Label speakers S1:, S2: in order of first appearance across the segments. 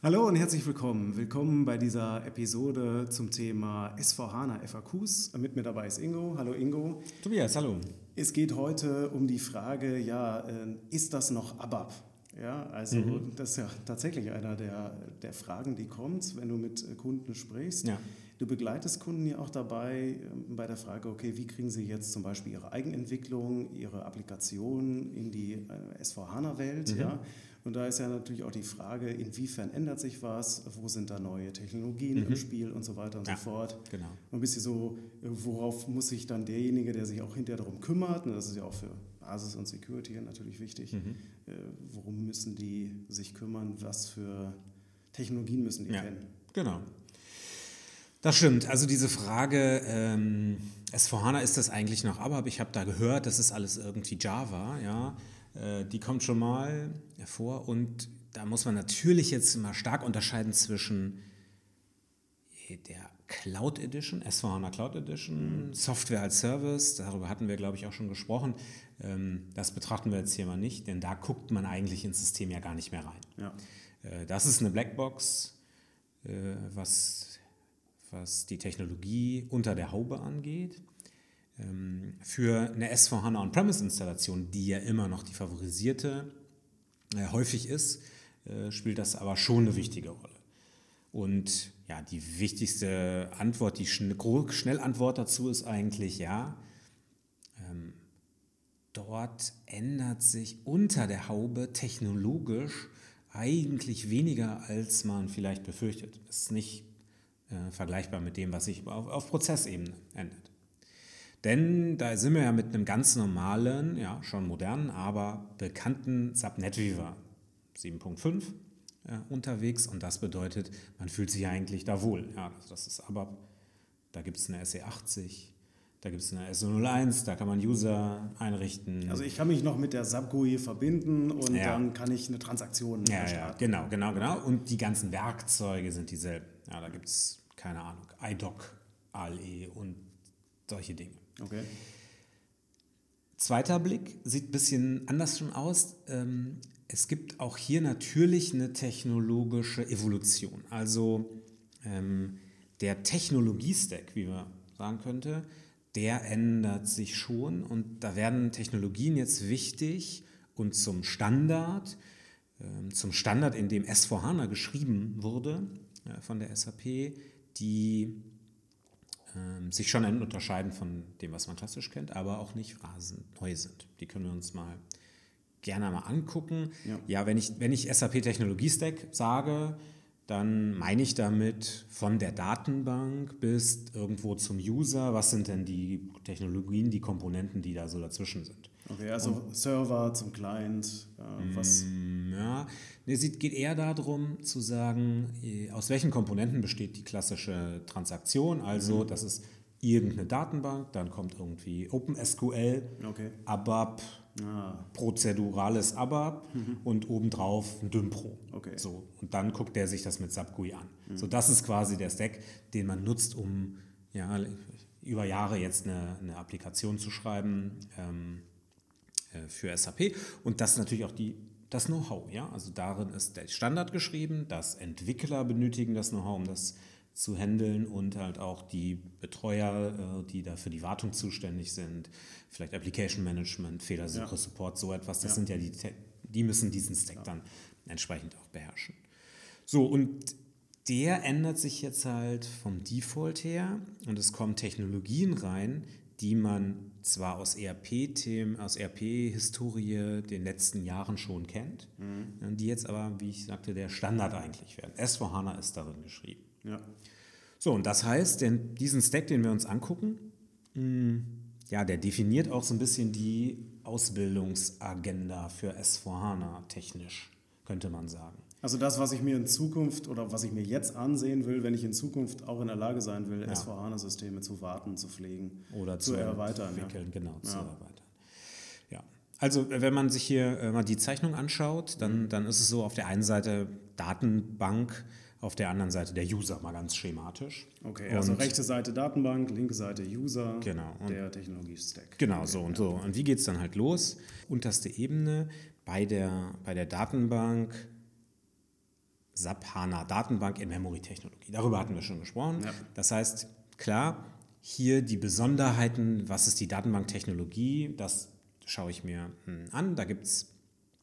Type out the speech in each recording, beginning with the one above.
S1: Hallo und herzlich willkommen. Willkommen bei dieser Episode zum Thema S4HANA FAQs. Mit mir dabei ist Ingo. Hallo Ingo.
S2: Tobias, hallo.
S1: Es geht heute um die Frage, ist das noch ABAP? Ja, also das ist ja tatsächlich einer der Fragen, die kommt, wenn du mit Kunden sprichst.
S2: Ja.
S1: Du begleitest Kunden ja auch dabei bei der Frage, okay, wie kriegen sie jetzt zum Beispiel ihre Eigenentwicklung, ihre Applikation in die S4HANA-Welt, ja? Und da ist ja natürlich auch die Frage, inwiefern ändert sich was, wo sind da neue Technologien im Spiel und so weiter und so fort.
S2: Genau.
S1: Und ein bisschen so, worauf muss sich dann derjenige, der sich auch hinterher darum kümmert, und das ist ja auch für Basis und Security natürlich wichtig, worum müssen die sich kümmern, was für Technologien müssen die kennen.
S2: Genau. Das stimmt. Also diese Frage, S4HANA, ist das eigentlich noch ABAP? Ich habe da gehört, das ist alles irgendwie Java, ja. Die kommt schon mal vor und da muss man natürlich jetzt mal stark unterscheiden zwischen der Cloud Edition, S4HANA Cloud Edition, Software als Service, darüber hatten wir, glaube ich, auch schon gesprochen. Das betrachten wir jetzt hier mal nicht, denn da guckt man eigentlich ins System ja gar nicht mehr rein.
S1: Ja.
S2: Das ist eine Blackbox, was die Technologie unter der Haube angeht. Für eine S4HANA On-Premise-Installation, die ja immer noch die favorisierte häufig ist, spielt das aber schon eine wichtige Rolle. Und ja, die wichtigste Antwort, die Schnellantwort dazu ist eigentlich ja. Dort ändert sich unter der Haube technologisch eigentlich weniger, als man vielleicht befürchtet. Das ist nicht vergleichbar mit dem, was sich auf Prozessebene ändert. Denn da sind wir ja mit einem ganz normalen, ja schon modernen, aber bekannten SAP NetWeaver 7.5 unterwegs und das bedeutet, man fühlt sich eigentlich da wohl. Ja, das ist ABAP, da gibt es eine SE80, da gibt es eine SE01, da kann man User einrichten.
S1: Also ich kann mich noch mit der SAP GUI verbinden und dann kann ich eine Transaktion starten.
S2: Ja, genau. Und die ganzen Werkzeuge sind dieselben. Ja, da gibt es, keine Ahnung, iDoc, ALE und solche Dinge.
S1: Okay.
S2: Zweiter Blick sieht ein bisschen anders schon aus. Es gibt auch hier natürlich eine technologische Evolution. Also der Technologiestack, wie man sagen könnte, der ändert sich schon und da werden Technologien jetzt wichtig und zum Standard, in dem S4HANA geschrieben wurde von der SAP, die sich schon unterscheiden von dem, was man klassisch kennt, aber auch nicht rasend neu sind. Die können wir uns mal gerne mal angucken. Ja, wenn ich SAP Technologiestack sage, dann meine ich damit von der Datenbank bis irgendwo zum User. Was sind denn die Technologien, die Komponenten, die da so dazwischen sind?
S1: Okay, also Server zum Client, was?
S2: Ja, es geht eher darum zu sagen, aus welchen Komponenten besteht die klassische Transaktion. Also das ist irgendeine Datenbank, dann kommt irgendwie OpenSQL, ABAP, prozedurales ABAP und obendrauf ein DYMPRO.
S1: Okay.
S2: So, und dann guckt der sich das mit SAP GUI an. So, das ist quasi der Stack, den man nutzt, um über Jahre jetzt eine Applikation zu schreiben für SAP. Und das ist natürlich auch das Know-how. Ja? Also darin ist der Standard geschrieben, dass Entwickler benötigen das Know-how, um das zu handeln und halt auch die Betreuer, die da für die Wartung zuständig sind, vielleicht Application Management, Fehlersuche, Support, so etwas, das sind ja die müssen diesen Stack dann entsprechend auch beherrschen. So, und der ändert sich jetzt halt vom Default her und es kommen Technologien rein, die man zwar aus ERP-Themen, aus ERP-Historie den letzten Jahren schon kennt, die jetzt aber, wie ich sagte, der Standard eigentlich werden. S4HANA ist darin geschrieben.
S1: Ja.
S2: So, und das heißt, diesen Stack, den wir uns angucken, der definiert auch so ein bisschen die Ausbildungsagenda für S4HANA technisch, könnte man sagen.
S1: Also das, was ich mir in Zukunft oder was ich mir jetzt ansehen will, wenn ich in Zukunft auch in der Lage sein will, S4HANA-Systeme zu warten, zu pflegen
S2: oder
S1: zu erweitern.
S2: Zu erweitern. Ja. Also wenn man sich hier mal die Zeichnung anschaut, dann ist es so, auf der einen Seite Datenbank, auf der anderen Seite der User, mal ganz schematisch.
S1: Okay, also rechte Seite Datenbank, linke Seite User, der Technologie-Stack.
S2: Genau, so. Und wie geht es dann halt los? Unterste Ebene bei der Datenbank SAP HANA Datenbank in Memory-Technologie. Darüber hatten wir schon gesprochen.
S1: Ja.
S2: Das heißt, klar, hier die Besonderheiten, was ist die Datenbanktechnologie, das schaue ich mir an. Da gibt es,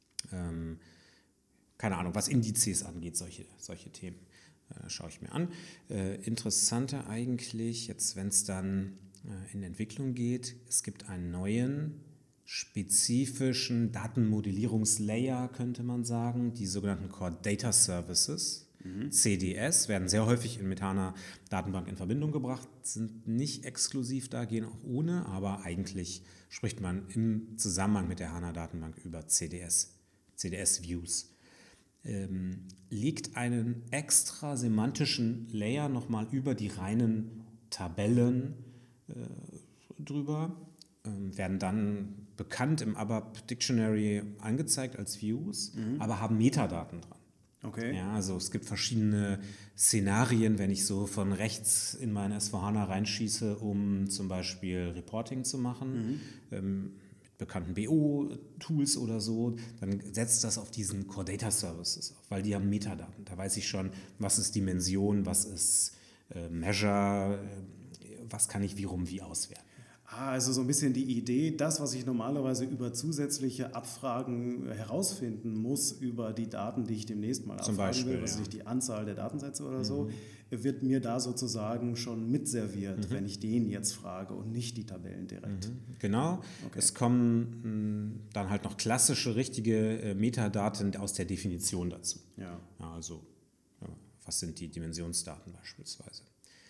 S2: keine Ahnung, was Indizes angeht, solche Themen schaue ich mir an. Interessanter eigentlich, jetzt wenn es dann in Entwicklung geht, es gibt einen neuen spezifischen Datenmodellierungslayer, könnte man sagen, die sogenannten Core Data Services. CDS werden sehr häufig mit HANA Datenbank in Verbindung gebracht, sind nicht exklusiv da, gehen auch ohne, aber eigentlich spricht man im Zusammenhang mit der HANA Datenbank über CDS-Views. Legt einen extra semantischen Layer nochmal über die reinen Tabellen drüber, werden dann bekannt im ABAP Dictionary angezeigt als Views, aber haben Metadaten dran.
S1: Okay.
S2: Ja, also es gibt verschiedene Szenarien, wenn ich so von rechts in mein S4HANA reinschieße, um zum Beispiel Reporting zu machen, mit bekannten BO-Tools oder so, dann setzt das auf diesen Core Data Services auf, weil die haben Metadaten. Da weiß ich schon, was ist Dimension, was ist Measure, was kann ich wie rum wie auswerten.
S1: Also so ein bisschen die Idee, das, was ich normalerweise über zusätzliche Abfragen herausfinden muss, über die Daten, die ich demnächst mal abfragen will, was nicht die Anzahl der Datensätze oder so, wird mir da sozusagen schon mitserviert, wenn ich den jetzt frage und nicht die Tabellen direkt.
S2: Genau, okay. Es kommen dann halt noch klassische, richtige Metadaten aus der Definition dazu.
S1: Ja.
S2: Also, was sind die Dimensionsdaten beispielsweise?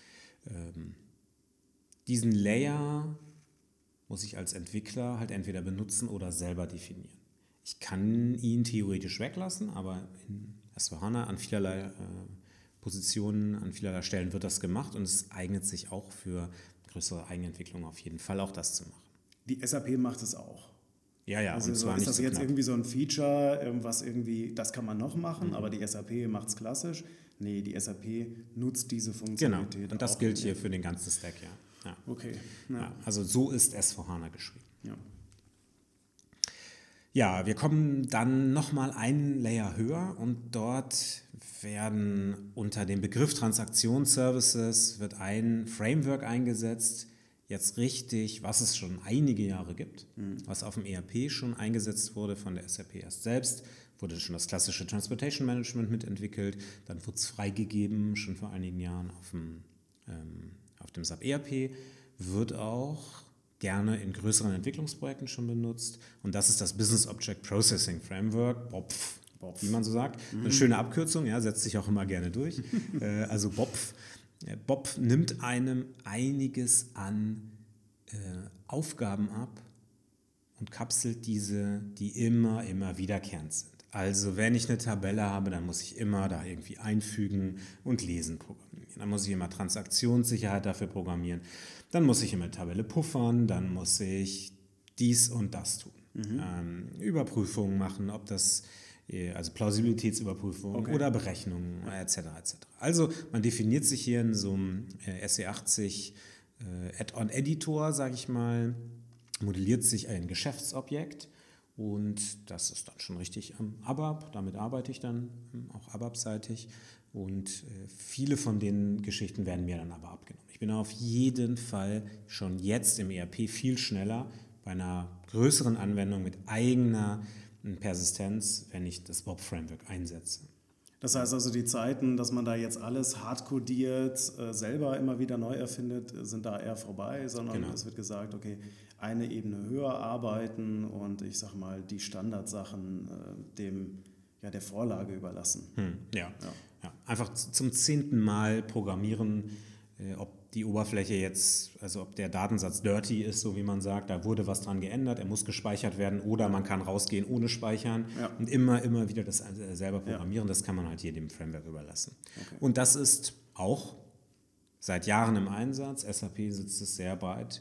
S2: Diesen Layer muss ich als Entwickler halt entweder benutzen oder selber definieren. Ich kann ihn theoretisch weglassen, aber in S4HANA an vielerlei Positionen, an vielerlei Stellen wird das gemacht und es eignet sich auch für größere Eigenentwicklung auf jeden Fall auch das zu machen.
S1: Die SAP macht es auch.
S2: Ja,
S1: also
S2: und zwar
S1: ist
S2: nicht
S1: das
S2: so
S1: jetzt
S2: knapp.
S1: Irgendwie so ein Feature, was irgendwie, das kann man noch machen, aber die SAP macht es klassisch. Nee, die SAP nutzt diese Funktionalität.
S2: Genau, und das gilt hier für den ganzen Stack, ja.
S1: Okay.
S2: Ja, also so ist S4HANA geschrieben.
S1: Ja.
S2: Ja, wir kommen dann nochmal einen Layer höher und dort werden unter dem Begriff Transaktionsservices wird ein Framework eingesetzt, jetzt richtig, was es schon einige Jahre gibt, was auf dem ERP schon eingesetzt wurde von der SAP erst selbst, wurde schon das klassische Transportation Management mitentwickelt, dann wurde es freigegeben, schon vor einigen Jahren auf dem SAP ERP, wird auch gerne in größeren Entwicklungsprojekten schon benutzt und das ist das Business Object Processing Framework, BOPF, wie man so sagt. Eine schöne Abkürzung, ja, setzt sich auch immer gerne durch. Also BOPF. BOPF nimmt einem einiges an Aufgaben ab und kapselt diese, die immer wiederkehrend sind. Also wenn ich eine Tabelle habe, dann muss ich immer da irgendwie einfügen und lesen programmieren. Dann muss ich immer Transaktionssicherheit dafür programmieren. Dann muss ich immer eine Tabelle puffern, dann muss ich dies und das tun. Überprüfungen machen, ob das, also Plausibilitätsüberprüfung oder Berechnungen etc. etc. Also man definiert sich hier in so einem SE80 Add-on-Editor, sage ich mal, modelliert sich ein Geschäftsobjekt und das ist dann schon richtig am ABAP, damit arbeite ich dann auch ABAP-seitig und viele von den Geschichten werden mir dann aber abgenommen. Ich bin auf jeden Fall schon jetzt im ERP viel schneller bei einer größeren Anwendung mit eigener Persistenz, wenn ich das BOP-Framework einsetze.
S1: Das heißt also, die Zeiten, dass man da jetzt alles hardcodiert, selber immer wieder neu erfindet, sind da eher vorbei, sondern es wird gesagt, okay, eine Ebene höher arbeiten und ich sag mal, die Standardsachen der Vorlage überlassen.
S2: Ja. Einfach zum 10. Mal programmieren, ob die Oberfläche jetzt, also ob der Datensatz dirty ist, so wie man sagt, da wurde was dran geändert, er muss gespeichert werden oder man kann rausgehen ohne speichern und immer wieder das selber programmieren, das kann man halt hier dem Framework überlassen. Okay. Und das ist auch seit Jahren im Einsatz, SAP setzt es sehr breit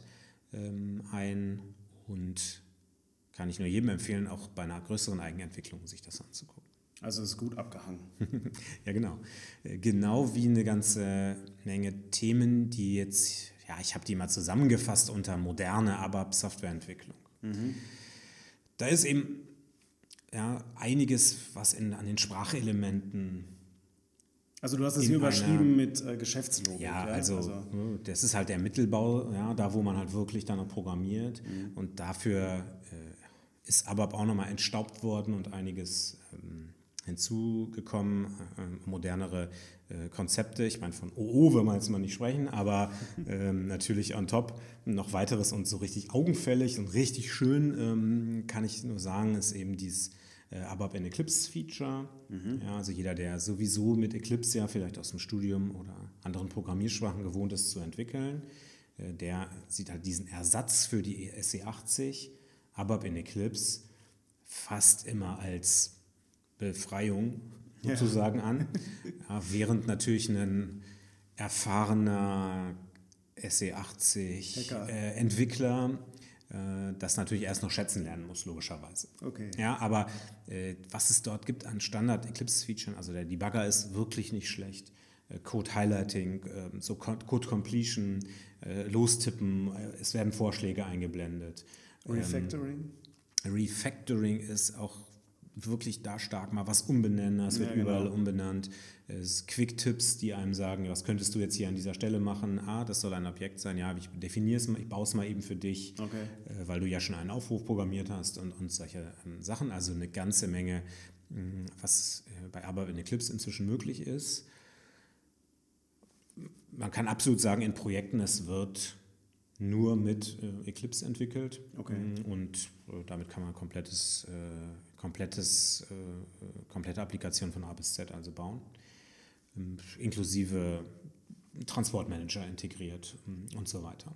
S2: ein und kann ich nur jedem empfehlen, auch bei einer größeren Eigenentwicklung sich das anzugucken.
S1: Also ist gut abgehangen.
S2: Ja, genau. Genau wie eine ganze Menge Themen, die jetzt, ich habe die mal zusammengefasst unter moderne ABAP-Softwareentwicklung. Da ist eben einiges, was an den Sprachelementen
S1: Also du hast es hier überschrieben mit Geschäftslogik.
S2: Ja, also das ist halt der Mittelbau, ja, da wo man halt wirklich dann noch programmiert. Und dafür ist ABAP auch nochmal entstaubt worden und einiges hinzugekommen, modernere Konzepte. Ich meine, von OO will man jetzt mal nicht sprechen, aber natürlich on top noch weiteres und so richtig augenfällig und richtig schön, kann ich nur sagen, ist eben dieses ABAP in Eclipse Feature. Ja, also jeder, der sowieso mit Eclipse ja vielleicht aus dem Studium oder anderen Programmiersprachen gewohnt ist zu entwickeln, der sieht halt diesen Ersatz für die SE80 ABAP in Eclipse fast immer als Befreiung sozusagen an, ja, während natürlich ein erfahrener SE80-Entwickler das natürlich erst noch schätzen lernen muss, logischerweise.
S1: Okay.
S2: Ja, aber was es dort gibt an Standard-Eclipse-Features, also der Debugger ist wirklich nicht schlecht. Code-Highlighting, so Code-Completion, lostippen, es werden Vorschläge eingeblendet.
S1: Refactoring?
S2: Refactoring ist auch wirklich da stark mal was umbenennen, es wird überall umbenannt. Es sind Quick-Tipps, die einem sagen, was könntest du jetzt hier an dieser Stelle machen? Das soll ein Objekt sein, ja, ich definiere es mal, ich baue es mal eben für dich, weil du ja schon einen Aufruf programmiert hast und solche Sachen. Also eine ganze Menge, was bei ABAP in Eclipse inzwischen möglich ist. Man kann absolut sagen, in Projekten, es wird nur mit Eclipse entwickelt und damit kann man komplette Applikation von A bis Z also bauen, inklusive Transportmanager integriert und so weiter.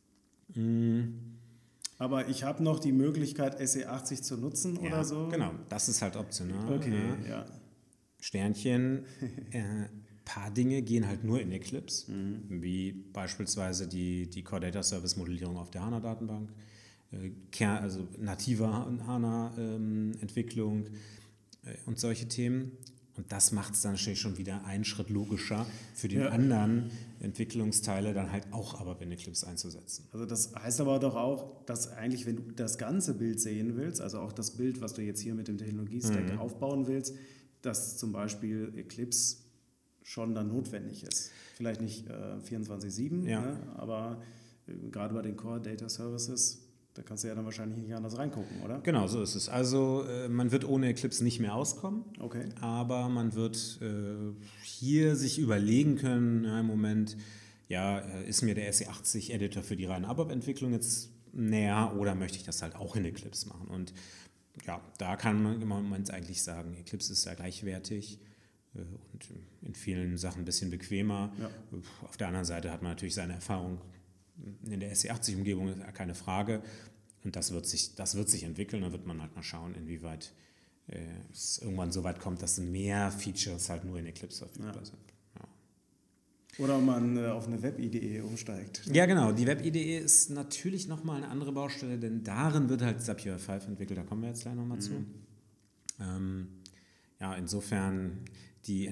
S1: Aber ich habe noch die Möglichkeit, SE80 zu nutzen oder so?
S2: Genau, das ist halt optional.
S1: Okay, ja.
S2: Sternchen, paar Dinge gehen halt nur in Eclipse, wie beispielsweise die Core Data Service Modellierung auf der HANA-Datenbank, also native HANA-Entwicklung und solche Themen. Und das macht es dann natürlich schon wieder einen Schritt logischer für die anderen Entwicklungsteile dann halt auch ABAP in Eclipse einzusetzen.
S1: Also das heißt aber doch auch, dass eigentlich, wenn du das ganze Bild sehen willst, also auch das Bild, was du jetzt hier mit dem Technologie-Stack aufbauen willst, dass zum Beispiel Eclipse schon dann notwendig ist. Vielleicht nicht 24/7, ne? Aber gerade bei den Core Data Services, da kannst du ja dann wahrscheinlich nicht anders reingucken, oder?
S2: Genau, so ist es. Also man wird ohne Eclipse nicht mehr auskommen, aber man wird hier sich überlegen können, im Moment, ist mir der SE80-Editor für die reine ABAP-Entwicklung jetzt näher oder möchte ich das halt auch in Eclipse machen? Und ja, da kann man im Moment eigentlich sagen, Eclipse ist ja gleichwertig und in vielen Sachen ein bisschen bequemer. Ja. Auf der anderen Seite hat man natürlich seine Erfahrung in der SE80-Umgebung, ist ja keine Frage. Und das wird sich entwickeln. Da wird man halt mal schauen, inwieweit es irgendwann so weit kommt, dass mehr Features halt nur in Eclipse verfügbar sind. Ja.
S1: Oder man auf eine Web-IDE umsteigt.
S2: Ja, genau. Die Web-IDE ist natürlich nochmal eine andere Baustelle, denn darin wird halt SAP UI5 entwickelt. Da kommen wir jetzt gleich nochmal zu. Insofern die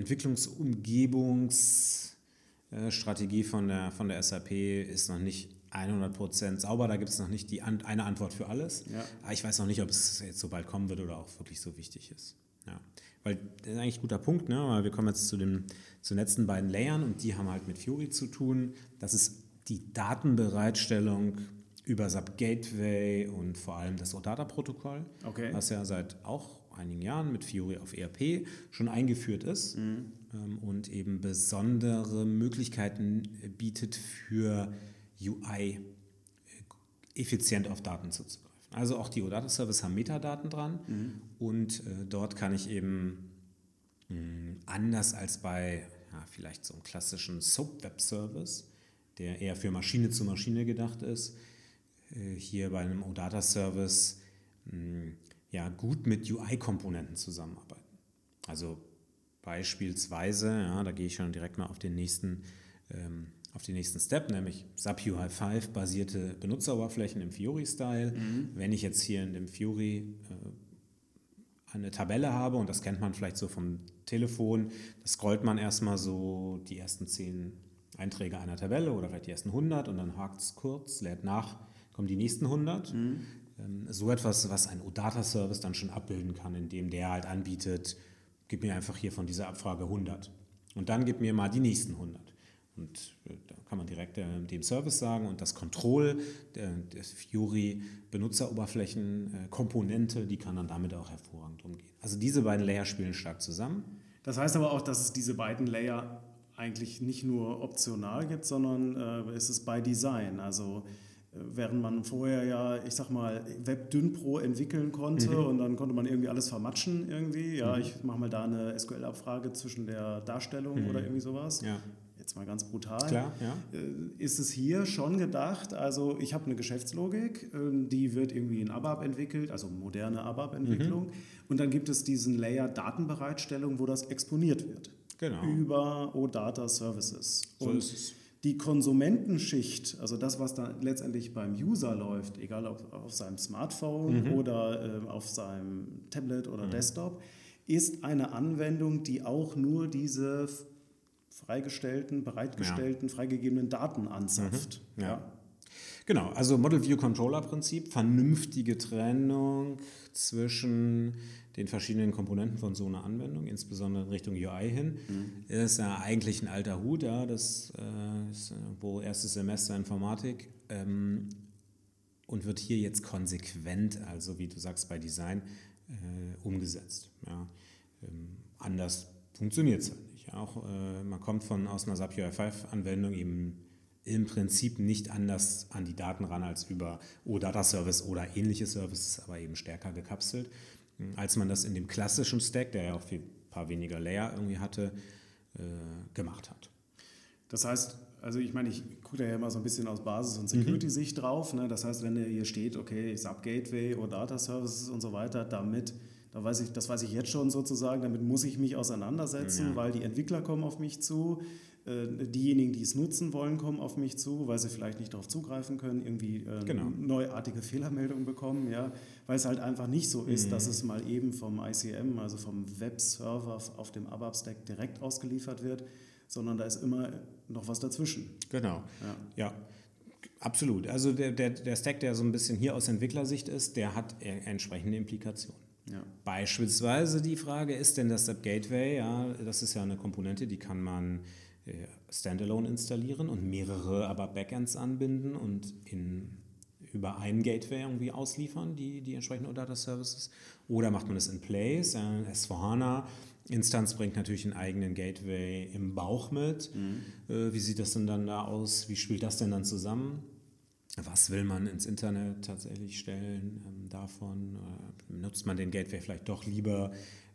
S2: Entwicklungsumgebungsstrategie von der SAP ist noch nicht 100% sauber, da gibt es noch nicht eine Antwort für alles. Ja. Aber ich weiß noch nicht, ob es jetzt so bald kommen wird oder auch wirklich so wichtig ist. Ja. Weil das ist eigentlich ein guter Punkt, ne? Weil wir kommen jetzt zu den letzten beiden Layern und die haben halt mit Fiori zu tun. Das ist die Datenbereitstellung über SAP Gateway und vor allem das OData-Protokoll, was ja seit auch einigen Jahren mit Fiori auf ERP schon eingeführt ist und eben besondere Möglichkeiten bietet für UI effizient auf Daten zuzugreifen. Also auch die OData Service haben Metadaten dran und dort kann ich eben anders als bei vielleicht so einem klassischen SOAP Web Service, der eher für Maschine zu Maschine gedacht ist, hier bei einem OData Service gut mit UI-Komponenten zusammenarbeiten. Also beispielsweise, da gehe ich schon direkt mal auf den nächsten Step, nämlich SAP UI5 basierte Benutzeroberflächen im Fiori-Style. Wenn ich jetzt hier in dem Fiori eine Tabelle habe, und das kennt man vielleicht so vom Telefon, da scrollt man erstmal so die ersten 10 Einträge einer Tabelle oder vielleicht die ersten 100 und dann hakt es kurz, lädt nach, kommen die nächsten 100. So etwas, was ein OData-Service dann schon abbilden kann, indem der halt anbietet, gib mir einfach hier von dieser Abfrage 100. Und dann gib mir mal die nächsten 100. Und da kann man direkt dem Service sagen und das Control, das Fiori Benutzeroberflächen-Komponente, die kann dann damit auch hervorragend umgehen. Also diese beiden Layer spielen stark zusammen.
S1: Das heißt aber auch, dass es diese beiden Layer eigentlich nicht nur optional gibt, sondern es ist by Design. Also während man vorher ja, ich sag mal, WebDynPro entwickeln konnte und dann konnte man irgendwie alles vermatschen irgendwie. Ja, ich mache mal da eine SQL-Abfrage zwischen der Darstellung oder irgendwie sowas.
S2: Ja.
S1: Jetzt mal ganz brutal.
S2: Klar, ja.
S1: Ist es hier schon gedacht, also ich habe eine Geschäftslogik, die wird irgendwie in ABAP entwickelt, also moderne ABAP-Entwicklung. Und dann gibt es diesen Layer Datenbereitstellung, wo das exponiert wird.
S2: Genau.
S1: Über OData Services.
S2: So ist es.
S1: Die Konsumentenschicht, also das, was dann letztendlich beim User läuft, egal ob auf seinem Smartphone oder auf seinem Tablet oder Desktop, ist eine Anwendung, die auch nur diese freigestellten, bereitgestellten, freigegebenen Daten anzapft.
S2: Ja. Genau, also Model View Controller Prinzip, vernünftige Trennung zwischen den verschiedenen Komponenten von so einer Anwendung, insbesondere in Richtung UI hin, ist ja eigentlich ein alter Hut, ja, das ist wo erstes Semester Informatik und wird hier jetzt konsequent, also wie du sagst bei Design, umgesetzt. Ja. Anders funktioniert es halt nicht. Auch man kommt aus einer SAP UI5-Anwendung eben im Prinzip nicht anders an die Daten ran als über OData Service oder ähnliche Services, aber eben stärker gekapselt, als man das in dem klassischen Stack, der ja auch ein paar weniger Layer irgendwie hatte, gemacht hat.
S1: Das heißt, also ich meine, ich gucke da ja immer so ein bisschen aus Basis- und Security-Sicht drauf. Ne? Das heißt, wenn hier steht, okay, SAP Gateway oder Data Services und so weiter, das weiß ich jetzt schon sozusagen, damit muss ich mich auseinandersetzen, weil die Entwickler kommen auf mich zu, diejenigen, die es nutzen wollen, kommen auf mich zu, weil sie vielleicht nicht darauf zugreifen können, irgendwie neuartige Fehlermeldungen bekommen, ja, weil es halt einfach nicht so ist, dass es mal eben vom ICM, also vom Webserver auf dem ABAP-Stack direkt ausgeliefert wird, sondern da ist immer noch was dazwischen.
S2: Genau, ja. Absolut. Also der Stack, der so ein bisschen hier aus Entwicklersicht ist, der hat entsprechende Implikationen. Ja. Beispielsweise die Frage, ist denn das SAP Gateway, ja, das ist ja eine Komponente, die kann man standalone installieren und mehrere aber Backends anbinden und über einen Gateway irgendwie ausliefern, die entsprechenden OData Services. Oder macht man es in place? S4HANA-Instanz bringt natürlich einen eigenen Gateway im Bauch mit. Wie sieht das denn dann da aus? Wie spielt das denn dann zusammen? Was will man ins Internet tatsächlich stellen davon? Nutzt man den Gateway vielleicht doch lieber,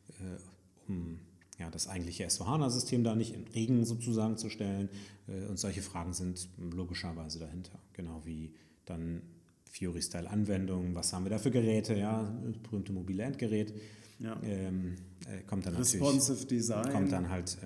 S2: um das eigentliche S4HANA-System da nicht in Regen sozusagen zu stellen? Und solche Fragen sind logischerweise dahinter. Genau wie dann Fiori-Style-Anwendungen. Was haben wir da für Geräte? Ja, das berühmte mobile Endgerät. Ja. Kommt dann
S1: Responsive Design.
S2: Kommt dann halt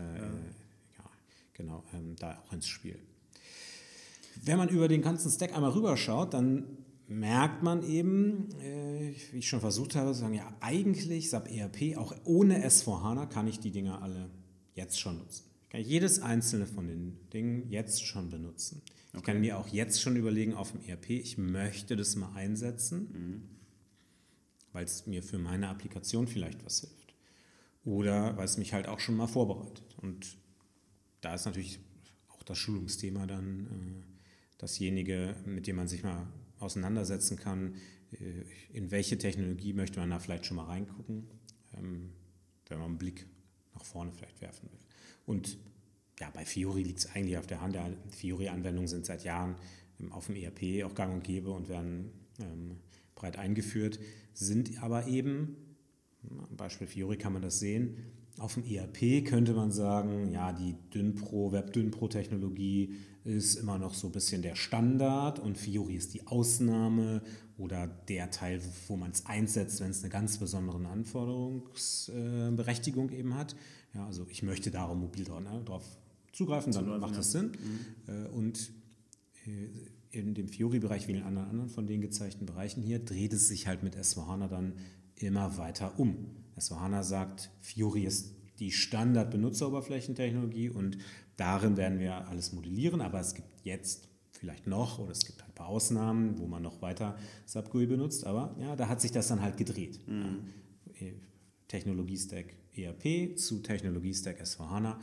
S2: da auch ins Spiel. Wenn man über den ganzen Stack einmal rüberschaut, dann merkt man eben, wie ich schon versucht habe, zu sagen, ja, eigentlich SAP ERP, auch ohne S4HANA kann ich die Dinger alle jetzt schon nutzen. Ich kann jedes einzelne von den Dingen jetzt schon benutzen. Okay. Ich kann mir auch jetzt schon überlegen auf dem ERP, ich möchte das mal einsetzen, weil es mir für meine Applikation vielleicht was hilft. Oder weil es mich halt auch schon mal vorbereitet. Und da ist natürlich auch das Schulungsthema dann dasjenige, mit dem man sich mal auseinandersetzen kann, in welche Technologie möchte man da vielleicht schon mal reingucken, wenn man einen Blick nach vorne vielleicht werfen will. Und ja, bei Fiori liegt es eigentlich auf der Hand. Fiori-Anwendungen sind seit Jahren auf dem ERP auch gang und gäbe und werden breit eingeführt, sind aber eben, am Beispiel Fiori kann man das sehen, auf dem ERP könnte man sagen, ja, die Web-Dynpro-Technologie ist immer noch so ein bisschen der Standard und Fiori ist die Ausnahme oder der Teil, wo man es einsetzt, wenn es eine ganz besondere Anforderungsberechtigung eben hat. Ja, also ich möchte darum mobil drauf zugreifen, dann macht das Sinn. Und in dem Fiori-Bereich wie in anderen von den gezeigten Bereichen hier dreht es sich halt mit S4HANA dann immer weiter um. S4HANA sagt, Fiori ist die Standard-Benutzeroberflächentechnologie und darin werden wir alles modellieren, aber es gibt jetzt vielleicht noch, oder es gibt ein paar Ausnahmen, wo man noch weiter SAP GUI benutzt, aber ja, da hat sich das dann halt gedreht. Ja. Technologie-Stack ERP zu Technologie-Stack S4HANA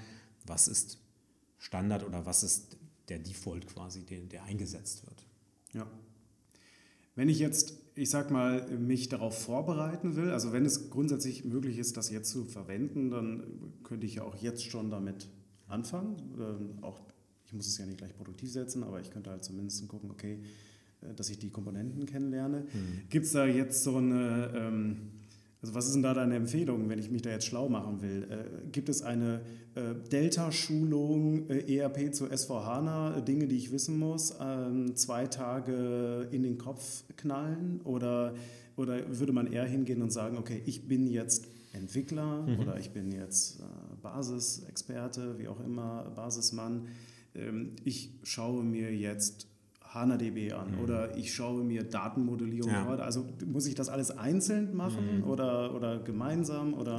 S2: was ist Standard oder was ist der Default quasi, der eingesetzt wird.
S1: Ja. Wenn ich jetzt, ich sag mal, mich darauf vorbereiten will, also wenn es grundsätzlich möglich ist, das jetzt zu verwenden, dann könnte ich ja auch jetzt schon damit anfangen. Auch, ich muss es ja nicht gleich produktiv setzen, aber ich könnte halt zumindest gucken, okay, dass ich die Komponenten kennenlerne. Gibt es da jetzt so eine, also was ist denn da deine Empfehlung, wenn ich mich da jetzt schlau machen will? Gibt es eine Delta-Schulung, ERP zu S4HANA, Dinge, die ich wissen muss, 2 Tage in den Kopf knallen? Oder würde man eher hingehen und sagen, okay, ich bin jetzt Entwickler oder ich bin jetzt Basisexperte, wie auch immer, Basismann. Ich schaue mir jetzt HANA-DB an oder ich schaue mir Datenmodellierung an. Also muss ich das alles einzeln machen oder gemeinsam? Oder,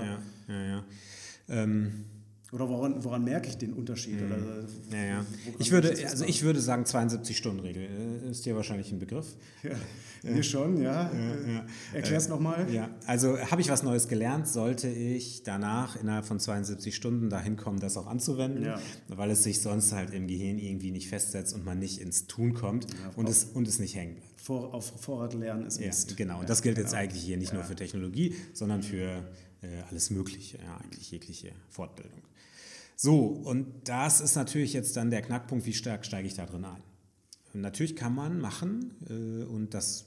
S1: oder woran merke ich den Unterschied? Oder
S2: ich würde sagen, 72-Stunden-Regel ist dir wahrscheinlich ein Begriff.
S1: Mir schon, ja. Erklär es nochmal.
S2: Ja, also habe ich was Neues gelernt, sollte ich danach innerhalb von 72 Stunden dahin kommen, das auch anzuwenden, weil es sich sonst halt im Gehirn irgendwie nicht festsetzt und man nicht ins Tun kommt und es nicht hängen bleibt.
S1: Auf Vorrat lernen ist Mist.
S2: Genau, und das gilt jetzt eigentlich hier nicht nur für Technologie, sondern für alles Mögliche, eigentlich jegliche Fortbildung. So, und das ist natürlich jetzt dann der Knackpunkt, wie stark steige ich da drin ein. Natürlich kann man machen und das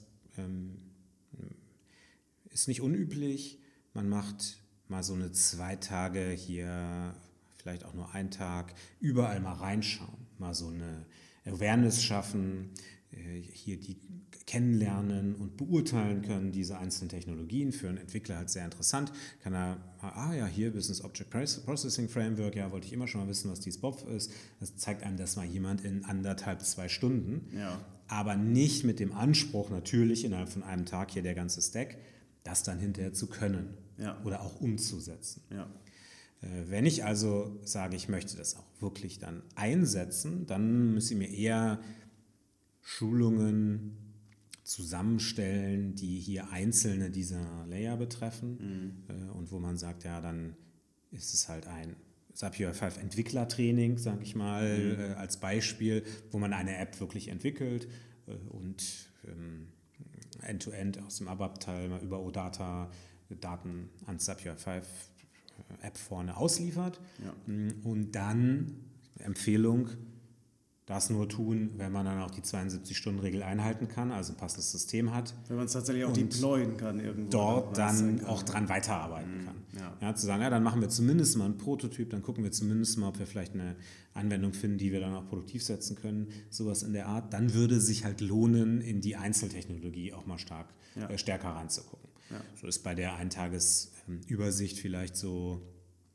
S2: ist nicht unüblich. Man macht mal so eine 2 Tage hier, vielleicht auch nur 1 Tag, überall mal reinschauen, mal so eine Awareness schaffen, hier die kennenlernen und beurteilen können, diese einzelnen Technologien. Für einen Entwickler halt sehr interessant. Kann er, hier Business Object Processing Framework, wollte ich immer schon mal wissen, was dieses BOP ist. Das zeigt einem das mal jemand in 1,5, 2 Stunden.
S1: Ja.
S2: Aber nicht mit dem Anspruch, natürlich innerhalb von einem Tag hier der ganze Stack, das dann hinterher zu können oder auch umzusetzen.
S1: Ja.
S2: Wenn ich also sage, ich möchte das auch wirklich dann einsetzen, dann müssen wir eher Schulungen zusammenstellen, die hier einzelne dieser Layer betreffen und wo man sagt, dann ist es halt ein SAP UI5 Entwicklertraining, sage ich mal, als Beispiel, wo man eine App wirklich entwickelt und End-to-End aus dem ABAP-Teil mal über OData Daten ans SAP UI5 App vorne ausliefert und dann Empfehlung, das nur tun, wenn man dann auch die 72-Stunden-Regel einhalten kann, also ein passendes System hat.
S1: Wenn man es tatsächlich auch deployen kann irgendwo.
S2: Dort dann auch dran weiterarbeiten kann. Zu sagen, dann machen wir zumindest mal einen Prototyp, dann gucken wir zumindest mal, ob wir vielleicht eine Anwendung finden, die wir dann auch produktiv setzen können, sowas in der Art. Dann würde es sich halt lohnen, in die Einzeltechnologie auch mal stärker reinzugucken. Ja. So ist bei der Eintagesübersicht vielleicht so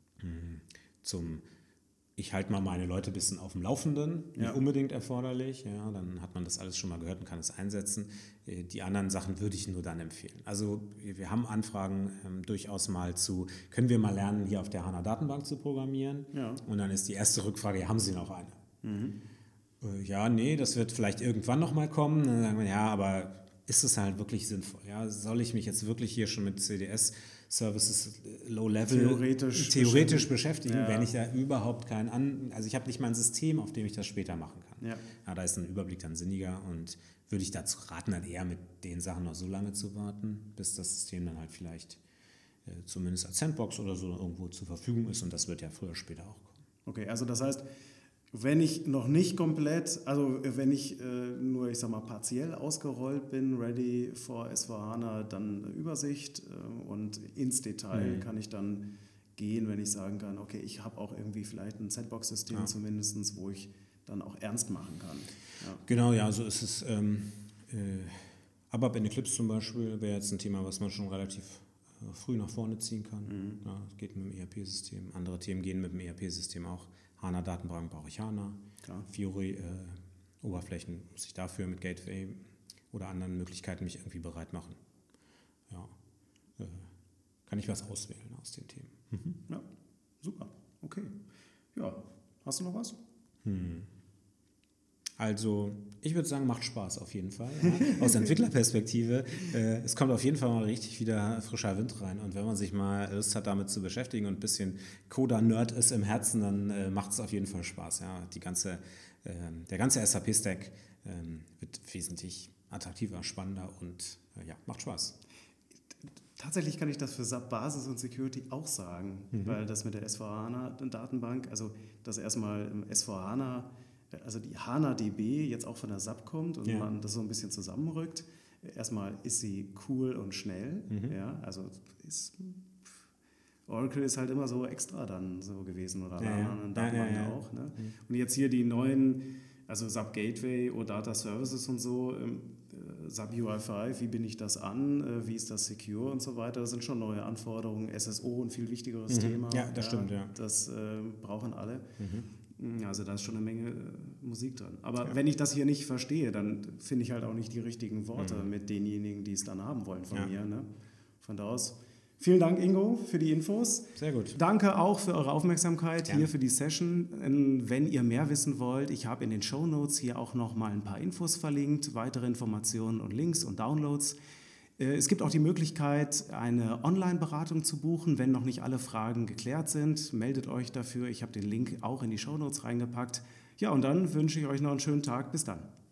S2: ich halte mal meine Leute ein bisschen auf dem Laufenden, nicht unbedingt erforderlich. Ja, dann hat man das alles schon mal gehört und kann es einsetzen. Die anderen Sachen würde ich nur dann empfehlen. Also wir haben Anfragen durchaus mal können wir mal lernen, hier auf der HANA-Datenbank zu programmieren? Ja. Und dann ist die erste Rückfrage, haben Sie noch eine? Das wird vielleicht irgendwann noch mal kommen. Dann sagen wir, aber ist es halt wirklich sinnvoll? Ja? Soll ich mich jetzt wirklich hier schon mit CDS-Services Low-Level theoretisch beschäftigen, wenn ich da überhaupt also ich habe nicht mal ein System, auf dem ich das später machen kann. Ja, da ist ein Überblick dann sinniger und würde ich dazu raten, dann eher mit den Sachen noch so lange zu warten, bis das System dann halt vielleicht zumindest als Sandbox oder so irgendwo zur Verfügung ist und das wird ja früher oder später auch kommen.
S1: Okay, also das heißt, wenn ich noch nicht komplett, also wenn ich nur, ich sag mal, partiell ausgerollt bin, ready for S4HANA, dann Übersicht und ins Detail kann ich dann gehen, wenn ich sagen kann, okay, ich habe auch irgendwie vielleicht ein Sandbox-System zumindest, wo ich dann auch ernst machen kann. Ja.
S2: Genau, so ist es. ABAP in Eclipse zum Beispiel wäre jetzt ein Thema, was man schon relativ früh nach vorne ziehen kann. Ja, das geht mit dem ERP-System. Andere Themen gehen mit dem ERP-System auch. HANA-Datenbank brauche ich HANA. Klar. Fiori, Oberflächen muss ich dafür mit Gateway oder anderen Möglichkeiten mich irgendwie bereit machen. Ja, kann ich was auswählen aus den Themen.
S1: Ja, super. Okay. Ja, hast du noch was?
S2: Also ich würde sagen, macht Spaß auf jeden Fall. Ja. Aus Entwicklerperspektive, es kommt auf jeden Fall mal richtig wieder frischer Wind rein. Und wenn man sich mal Lust hat, damit zu beschäftigen und ein bisschen Coder-Nerd ist im Herzen, dann macht es auf jeden Fall Spaß. Ja. Der ganze SAP-Stack wird wesentlich attraktiver, spannender und macht Spaß.
S1: Tatsächlich kann ich das für SAP Basis und Security auch sagen, weil das mit der S4HANA-Datenbank, also dass erstmal im S4HANA, also die HANA-DB jetzt auch von der SAP kommt und man das so ein bisschen zusammenrückt. Erstmal ist sie cool und schnell, also Oracle ist halt immer so extra dann so gewesen oder anderen Datenbanken auch. Ne? Und jetzt hier die neuen, also SAP Gateway oder Data Services und so, SAP UI5, wie binde ich das an, wie ist das secure und so weiter, das sind schon neue Anforderungen, SSO ein viel wichtigeres Thema.
S2: Ja, das stimmt, ja.
S1: Das brauchen alle. Also da ist schon eine Menge Musik drin. Aber wenn ich das hier nicht verstehe, dann finde ich halt auch nicht die richtigen Worte mit denjenigen, die es dann haben wollen von mir. Ne? Von da aus vielen Dank, Ingo, für die Infos.
S2: Sehr gut.
S1: Danke auch für eure Aufmerksamkeit hier für die Session. Wenn ihr mehr wissen wollt, ich habe in den Shownotes hier auch noch mal ein paar Infos verlinkt, weitere Informationen und Links und Downloads. Es gibt auch die Möglichkeit, eine Online-Beratung zu buchen, wenn noch nicht alle Fragen geklärt sind. Meldet euch dafür. Ich habe den Link auch in die Shownotes reingepackt. Ja, und dann wünsche ich euch noch einen schönen Tag. Bis dann.